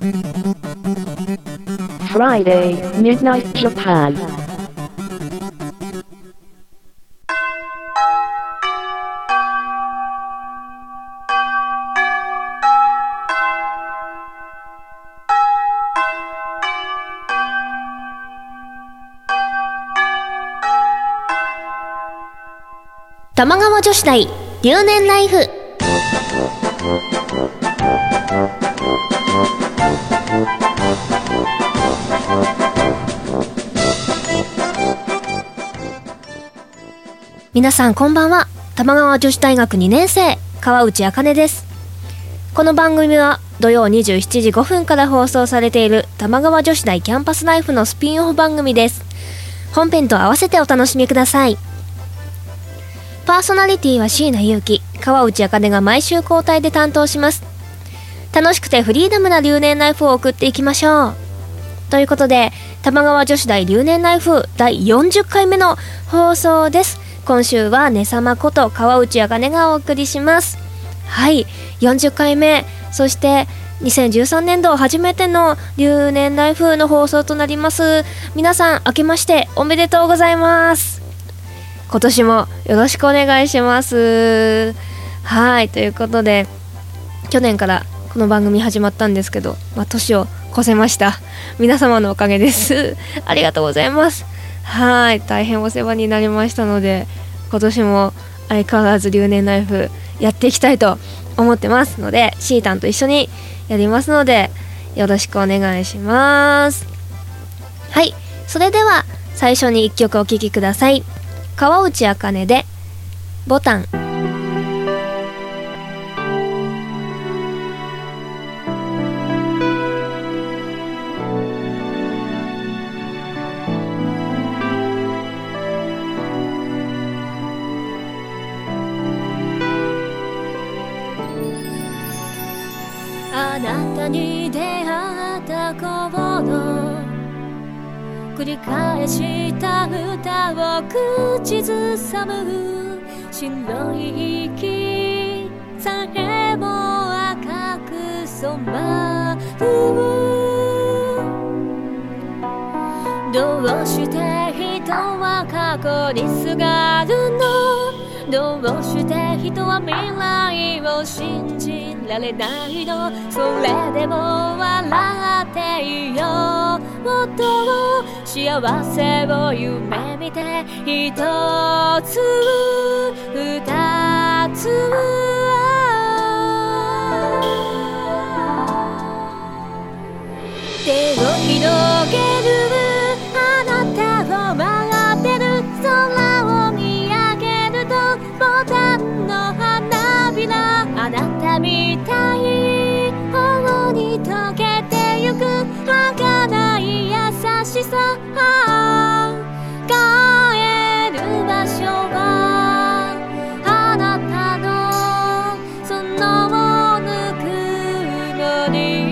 Friday, Midnight Japan. 玉川女子大留年ライフ。皆さんこんばんは。玉川女子大学2年生川内茜です。この番組は土曜27時5分から放送されている玉川女子大キャンパスライフのスピンオフ番組です。本編と合わせてお楽しみください。パーソナリティは椎名優樹、川内茜が毎週交代で担当します。楽しくてフリーダムな留年ライフを送っていきましょう。ということで玉川女子大留年ライフ第40回目の放送です。今週はねさまこと川内茜がお送りします。はい、40回目、そして2013年度初めての留年ライフの放送となります。皆さん明けましておめでとうございます。今年もよろしくお願いします。はい、ということで去年からこの番組始まったんですけど、年を越せました。皆様のおかげですありがとうございます。はい、大変お世話になりましたので、今年も相変わらず留年ライフやっていきたいと思ってますので、シータンと一緒にやりますのでよろしくお願いします。はい、それでは最初に1曲お聴きください。川内茜でボタン。 あなたに出会った頃、繰り返した歌を口ずさむ白い息さえも赤く染まる。どうして人は過去にすがるの？どうして人は未来を信じられないの？それでも笑っていようと幸せを夢見て一つ二つ手を広げるあなたを待ってる空を見上げるとボタンの花びらあなたみたい頬に溶けてゆく儚い優しさ。帰る場所はあなたのそのぬくもり。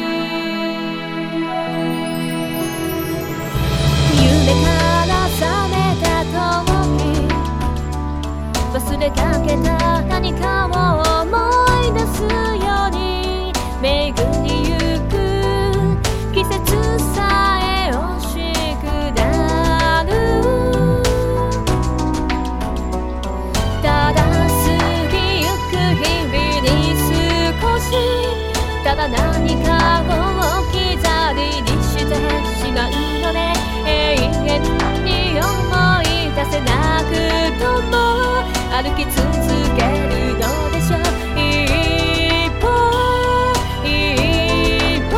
夢から覚めた時忘れかけた何かを思い出すように巡りゆく季節さえ惜しくなる。ただ過ぎゆく日々に少しただ何かを置き去りにしてしまうのね。永遠に思い出せなくとも歩き続けるのでしょう。一歩一歩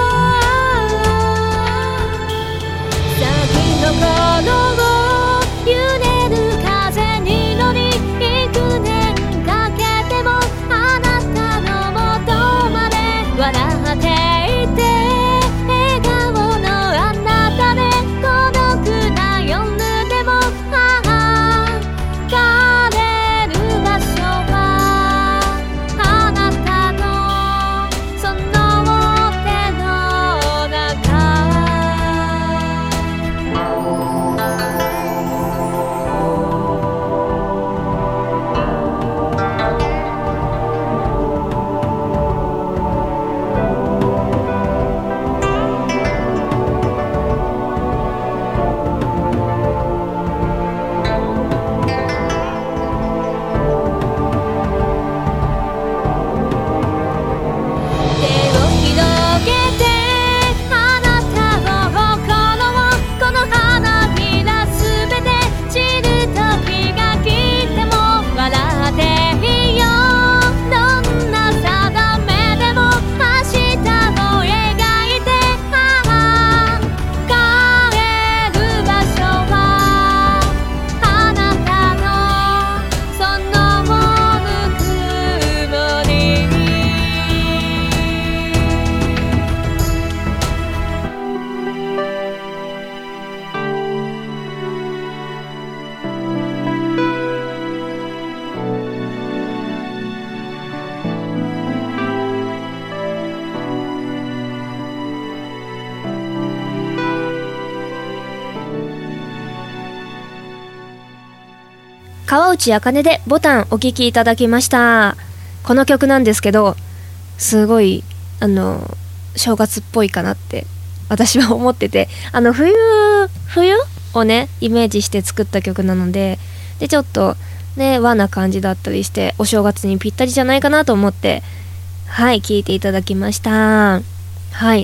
先の頃を揺れる風に乗り幾年かけてもあなたの元まで笑っていて笑顔のあなたで孤独な夜でも帰れる川内茜でボタンお聴きいただきました。この曲なんですけど、すごい正月っぽいかなって私は思ってて、冬をねイメージして作った曲なので、ちょっとね和な感じだったりしてお正月にぴったりじゃないかなと思って、はい聴いていただきました。はい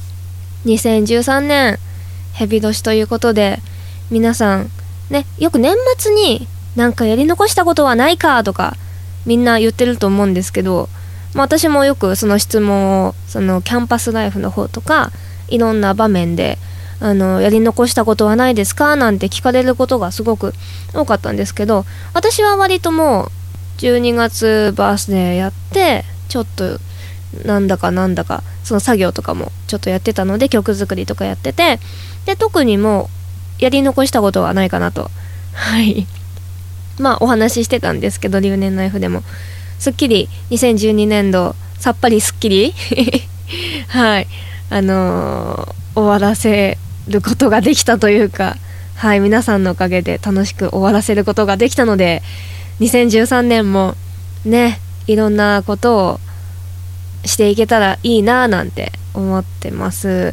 、2013年ヘビ年ということで、皆さんねよく年末になんかやり残したことはないかとかみんな言ってると思うんですけど、私もよくその質問をそのキャンパスライフの方とかいろんな場面でやり残したことはないですかなんて聞かれることがすごく多かったんですけど、私は割ともう12月バースデーやってちょっとなんだかその作業とかもちょっとやってたので、曲作りとかやってて、で特にもうやり残したことはないかなと、はいお話ししてたんですけど、留年ナイフでもすっきり2012年度さっぱりすっきりはい終わらせることができたというか、はい皆さんのおかげで楽しく終わらせることができたので、2013年もねいろんなことをしていけたらいいななんて思ってます。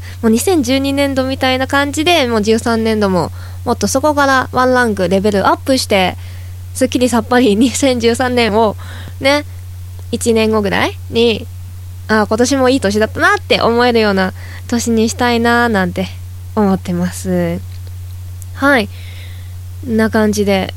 もう2012年度みたいな感じで、もう13年度ももっとそこからワンランクレベルアップしてすっきりさっぱり2013年をね1年後ぐらいに今年もいい年だったなって思えるような年にしたいななんて思ってます。はいな感じで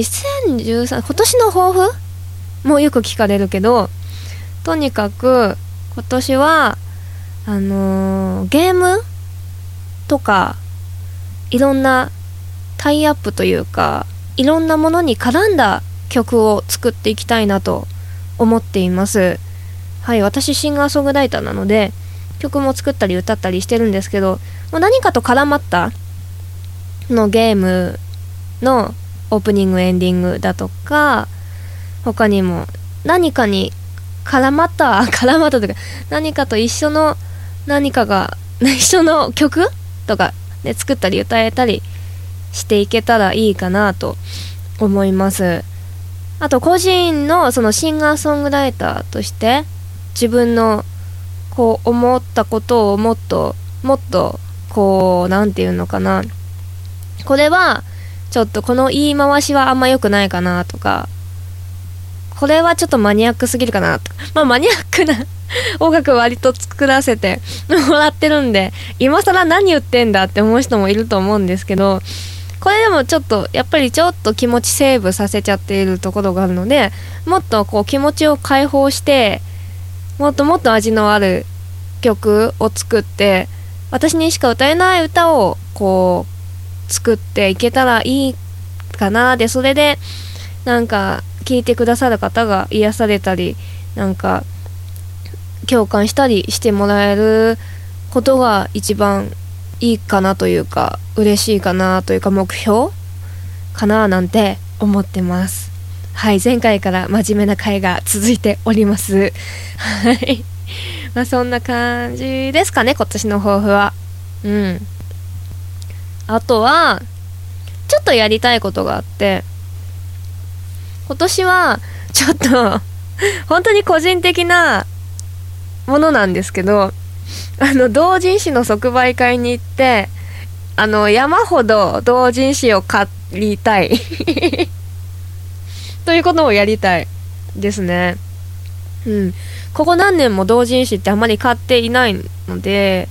2013今年の抱負もよく聞かれるけど、とにかく今年はゲームとかいろんなタイアップというかいろんなものに絡んだ曲を作っていきたいなと思っています。はい私シンガーソングライターなので曲も作ったり歌ったりしてるんですけど、もう何かと絡まったのゲームのオープニングエンディングだとか、他にも何かに絡まったというか何かと一緒の何かが一緒の曲とか、ね、作ったり歌えたりしていけたらいいかなと思います。あと個人のそのシンガーソングライターとして自分のこう思ったことをもっとこうなんていうのかな、これはちょっとこの言い回しはあんま良くないかなとか、これはちょっとマニアックすぎるかなとか、マニアックな音楽割と作らせてもらってるんで、今更何言ってんだって思う人もいると思うんですけど、これでもちょっとやっぱりちょっと気持ちセーブさせちゃっているところがあるので、もっとこう気持ちを解放してもっともっと味のある曲を作って、私にしか歌えない歌をこう作っていけたらいいかな。でそれでなんか聴いてくださる方が癒されたりなんか共感したりしてもらえることが一番いいかなというか、嬉しいかなというか、目標かななんて思ってます。はい、前回から真面目な回が続いております。はい、そんな感じですかね、今年の抱負は。あとはちょっとやりたいことがあって、今年はちょっと本当に個人的なものなんですけど、同人誌の即売会に行って山ほど同人誌を買いたいということをやりたいですね。ここ何年も同人誌ってあまり買っていないので、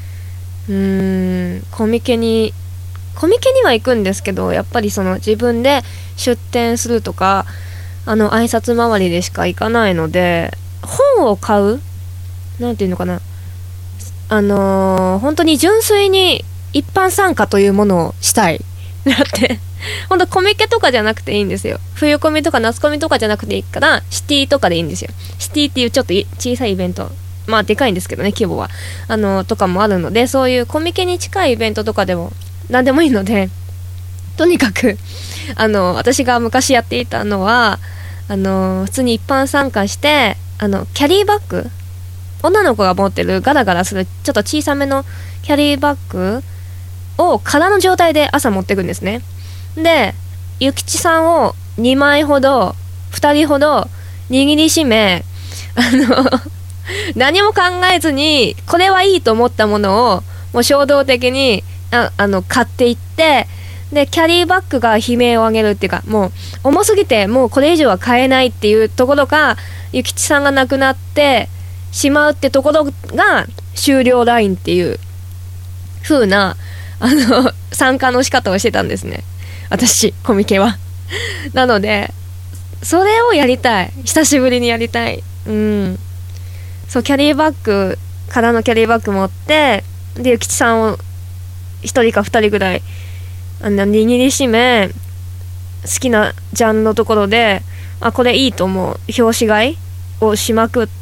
コミケには行くんですけど、やっぱりその自分で出店するとか挨拶回りでしか行かないので、本を買うなんていうのかな、本当に純粋に一般参加というものをしたいだって本当コミケとかじゃなくていいんですよ。冬コミとか夏コミとかじゃなくていいから、シティとかでいいんですよ。シティっていうちょっと小さいイベント、でかいんですけどね、規模はとかもあるので、そういうコミケに近いイベントとかでも何でもいいので、とにかく私が昔やっていたのは普通に一般参加してキャリーバッグ、女の子が持ってるガラガラするちょっと小さめのキャリーバッグを空の状態で朝持ってくんですね。で、ゆきちさんを 2枚ほど2人ほど握りしめ何も考えずにこれはいいと思ったものをもう衝動的に買っていって、でキャリーバッグが悲鳴を上げるっていうか、もう重すぎてもうこれ以上は買えないっていうところか、ゆきちさんが亡くなってしまうってところが終了ラインっていう風な参加の仕方をしてたんですね、私コミケはなのでそれをやりたい、久しぶりにやりたい。そう、キャリーバッグ、空のキャリーバッグ持って、でゆきちさんを1人か2人ぐらい握りしめ、好きなジャンルのところでこれいいと思う表紙買いをしまくって、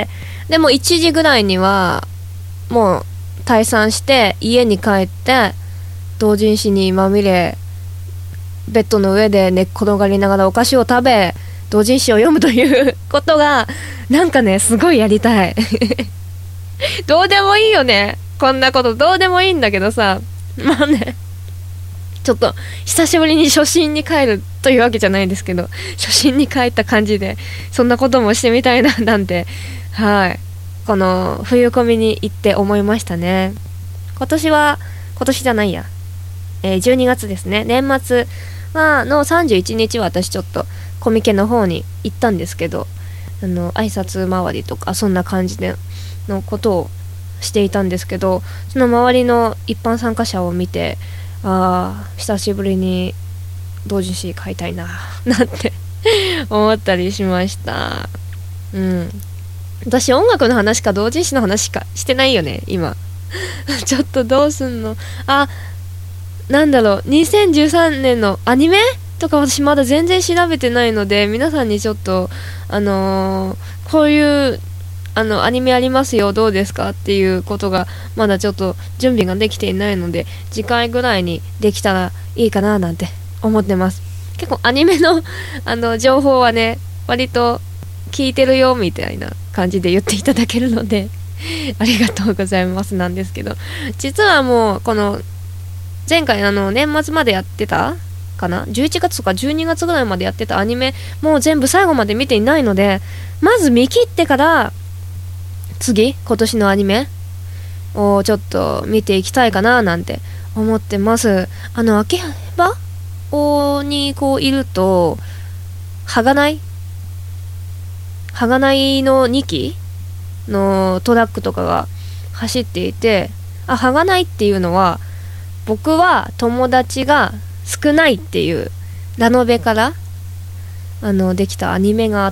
でも1時ぐらいにはもう退散して家に帰って同人誌にまみれ、ベッドの上で寝っ転がりながらお菓子を食べ同人誌を読むということがなんかねすごいやりたいどうでもいいよね、こんなことどうでもいいんだけどさ、まあねちょっと久しぶりに初心に帰るというわけじゃないですけど、初心に帰った感じでそんなこともしてみたいななんて、はいこの冬コミに行って思いましたね。今年じゃないや、12月ですね、年末の31日は私ちょっとコミケの方に行ったんですけど、挨拶回りとかそんな感じでのことをしていたんですけど、その周りの一般参加者を見て、久しぶりに同人誌買いたいななんて思ったりしました。私音楽の話か同人誌の話かしてないよね今ちょっとどうすんの。なんだろう、2013年のアニメとか私まだ全然調べてないので、皆さんにちょっとこういうアニメありますよどうですかっていうことがまだちょっと準備ができていないので、次回ぐらいにできたらいいかななんて思ってます。結構アニメの情報はね割と聞いてるよみたいな感じで言っていただけるのでありがとうございますなんですけど、実はもうこの前回年末までやってたかな、11月とか12月ぐらいまでやってたアニメもう全部最後まで見ていないので、まず見切ってから今年のアニメをちょっと見ていきたいかななんて思ってます。秋葉にこういると鋼の2機のトラックとかが走っていて、鋼っていうのは僕は友達が少ないっていうラノベからできたアニメがあって、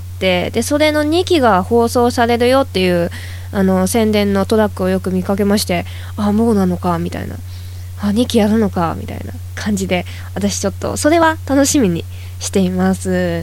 でそれの2期が放送されるよっていう宣伝のトラックをよく見かけまして、もうなのかみたいな、2期やるのかみたいな感じで、私ちょっとそれは楽しみにしています。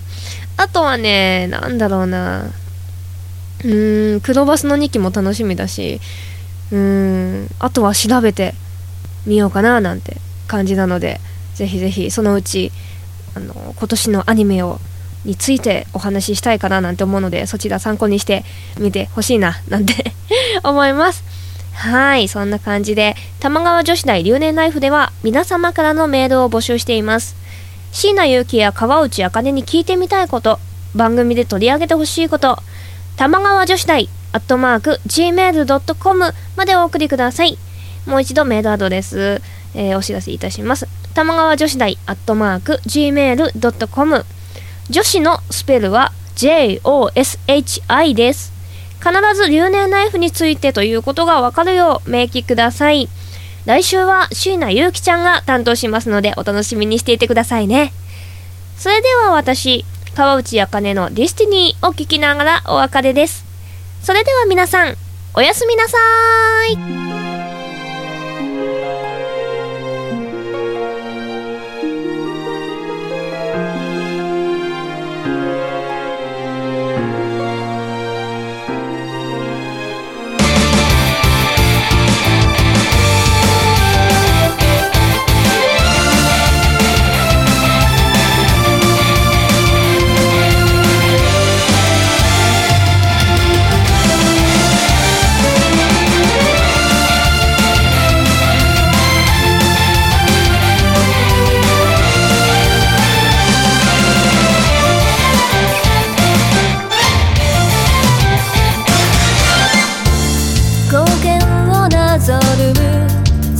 あとはね、なんだろうな、黒バスの2期も楽しみだし、あとは調べてみようかななんて感じなので、ぜひぜひそのうち今年のアニメについてお話ししたいかななんて思うので、そちら参考にしてみてほしいななんて思います。はい、そんな感じで玉川女子大留年ライフでは皆様からのメールを募集しています。椎名結城や川内茜に聞いてみたいこと、番組で取り上げてほしいこと、玉川女子大@gmail.com までお送りください。もう一度メールアドレス、お知らせいたします。玉川女子大@gmail.com、 女子のスペルは JOSHI です。必ず留年ライフについてということがわかるよう明記ください。来週は椎名結城ちゃんが担当しますのでお楽しみにしていてくださいね。それでは私、川内茜のディスティニーを聞きながらお別れです。それでは皆さん、おやすみなさーい。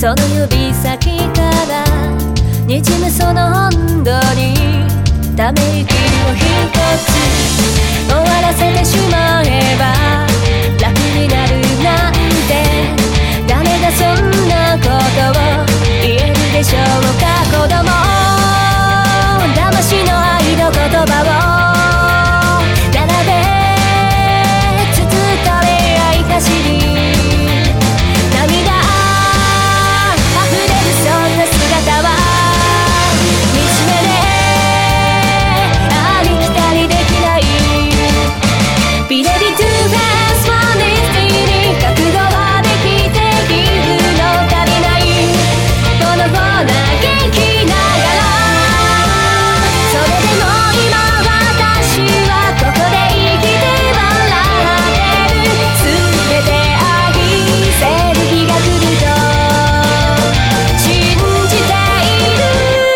その指先からにじむその温度にため息を一つ終わらせてしまえば楽になるなんて誰がそんなことを言えるでしょうか。子供騙しの愛の言葉を並べつつと恋愛走り涙溢れるそんな姿は惨めでありきたりできないビレビトゥフェスワンディスティに覚悟はできているの足りないボロボロな元気ながらそれでも今私はここで生きて笑ってる全て愛せる日が来ると信じている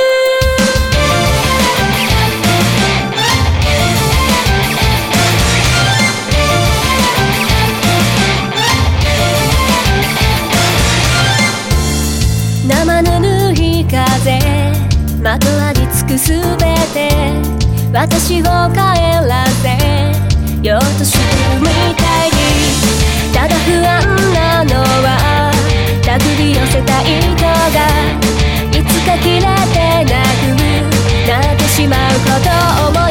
生ぬるい風まとわりつくすべて私を帰らせようとしてるみたいにただ不安なのは手繰り寄せた糸がいつか切れてなくなってしまうことを思う